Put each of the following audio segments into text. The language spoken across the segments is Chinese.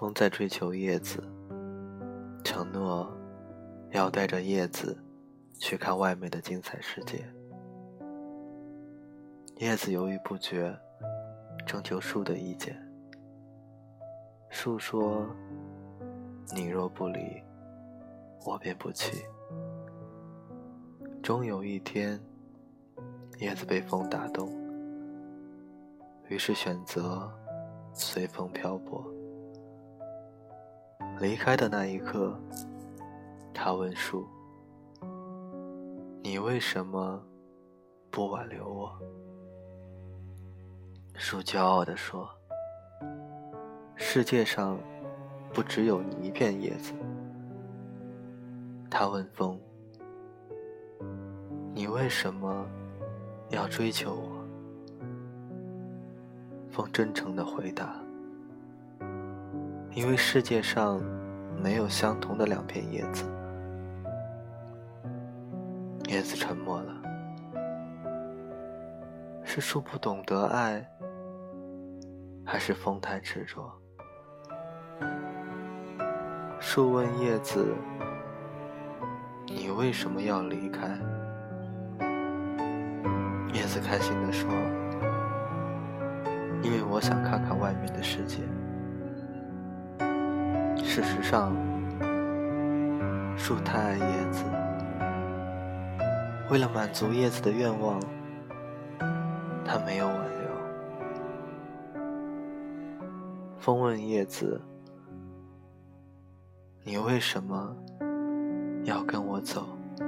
风在追求叶子，承诺要带着叶子去看外面的精彩世界。叶子犹豫不决，征求树的意见。树说：你若不离，我便不弃。终有一天，叶子被风打动，于是选择随风漂泊。离开的那一刻，他问树：你为什么不挽留我？树骄傲地说：世界上不只有你一片叶子。他问风：你为什么要追求我？风真诚地回答：因为世界上没有相同的两片叶子。叶子沉默了。是树不懂得爱，还是风太执着？树问叶子：你为什么要离开？叶子开心地说：因为我想看看外面的世界。事实上，树太爱叶子，为了满足叶子的愿望，他没有挽留。风问叶子：你为什么要跟我走？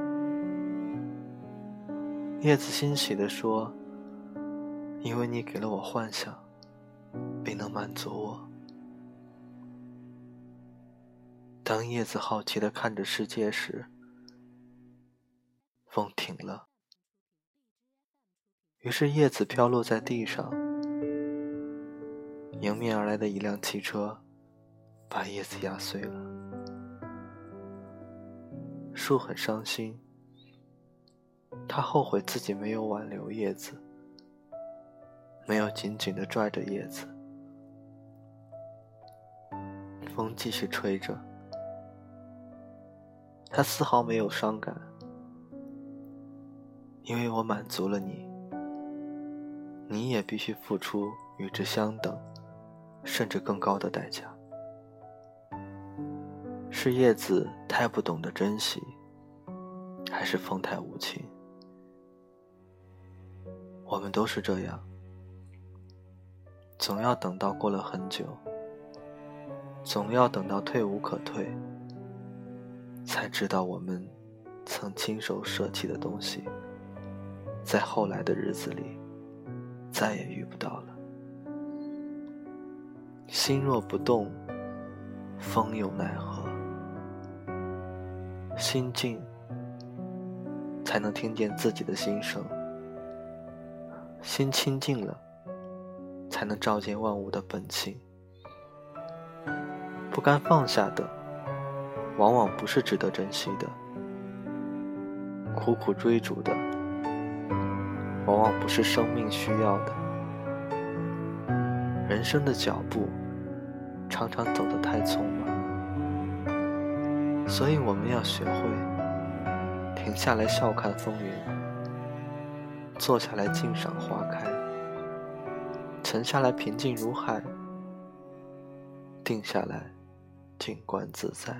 叶子欣喜地说：因为你给了我幻想，并能满足我。当叶子好奇地看着世界时，风停了，于是叶子飘落在地上。迎面而来的一辆汽车把叶子压碎了。树很伤心，他后悔自己没有挽留叶子，没有紧紧地拽着叶子。风继续吹着，他丝毫没有伤感，因为我满足了你，你也必须付出与之相等甚至更高的代价。是叶子太不懂得珍惜，还是风太无情？我们都是这样，总要等到过了很久，总要等到退无可退，才知道我们曾亲手舍弃的东西，在后来的日子里再也遇不到了。心若不动，风又奈何？心静，才能听见自己的心声；心清净了，才能照见万物的本性。不甘放下的，往往不是值得珍惜的；苦苦追逐的，往往不是生命需要的。人生的脚步常常走得太匆忙，所以我们要学会停下来笑看风云，坐下来静赏花开，沉下来平静如海，定下来静观自在。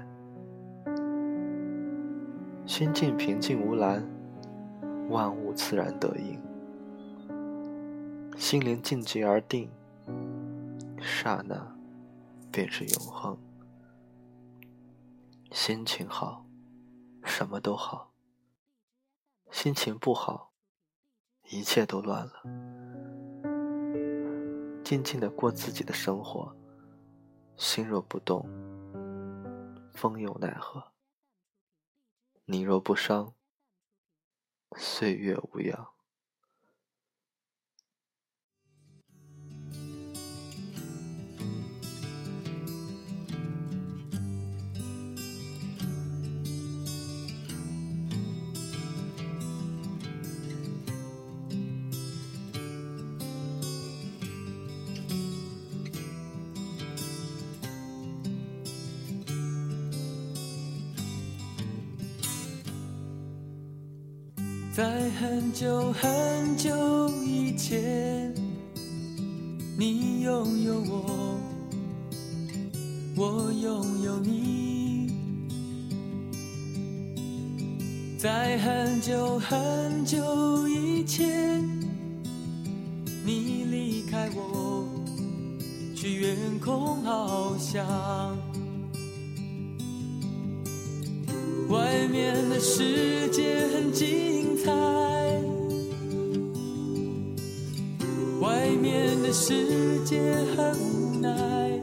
心境平静无澜，万物自然得应。心灵静极而定，刹那便是永恒。心情好，什么都好；心情不好，一切都乱了。静静地过自己的生活，心若不动，风又奈何？你若不伤，岁月无恙。 在很久很久以前，你拥有我，我拥有你。在很久很久以前，你离开我，去远空翱翔。外面的世界很精彩，外面的世界很无奈。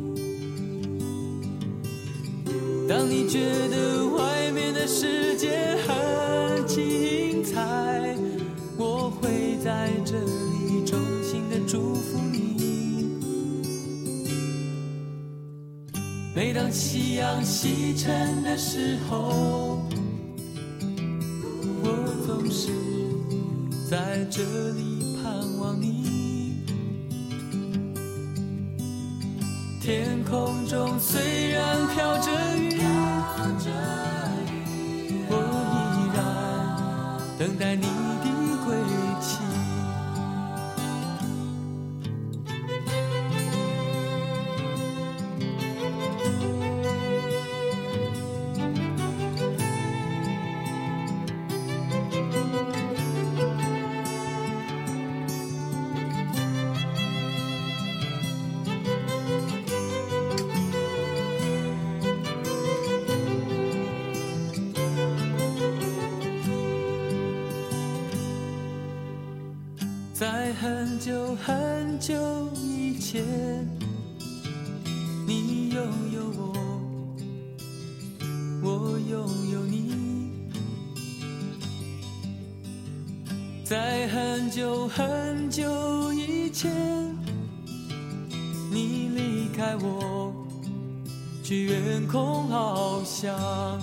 当你觉得外面的世界很精彩，我会在这里衷心的祝福你。每当夕阳西沉的时候，我总是在这里盼望你。天空中虽然飘着雨，我依然等待你的归期。在很久很久以前，你拥有我，我拥有你。在很久很久以前，你离开我，去远空翱翔。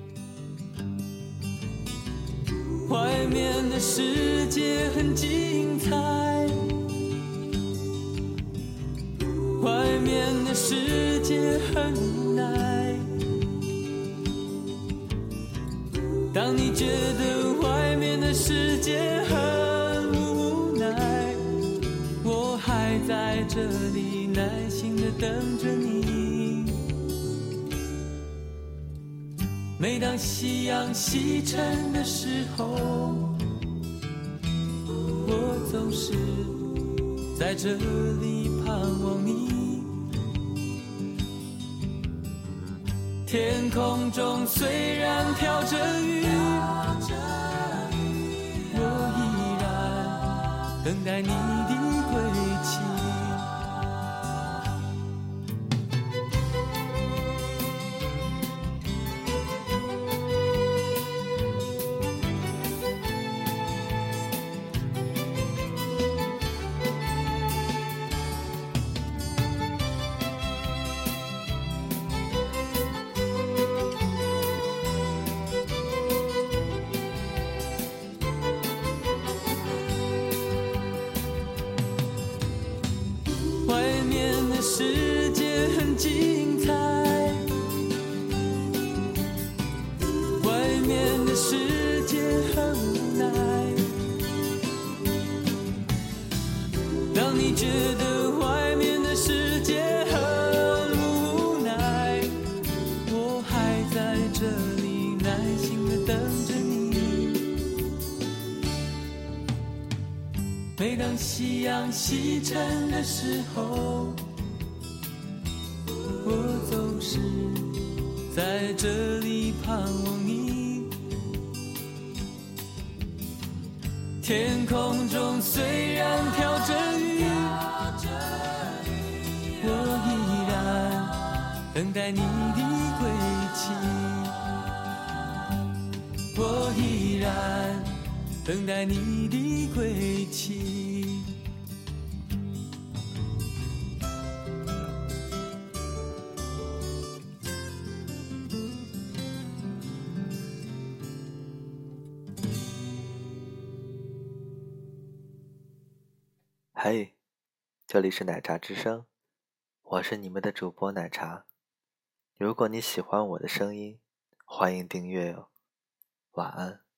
外面的世界很精彩，外面的世界很无奈。当你觉得外面的世界很无奈，我还在这里耐心地等着你。每当夕阳西沉的时候，我总是在这里盼望你。天空中虽然飘着雨，我依然等待你的归期。外面的世界很精彩，外面的世界很无奈。当你觉得外面的世界很无奈，我还在这里耐心地等着你。每当夕阳西沉的时候，我总是在这里盼望你。天空中虽然飘着雨，我依然等待你的归期。我依然等待你的归期。 嘿，这里是奶茶之声，我是你们的主播奶茶。如果你喜欢我的声音，欢迎订阅哦。晚安。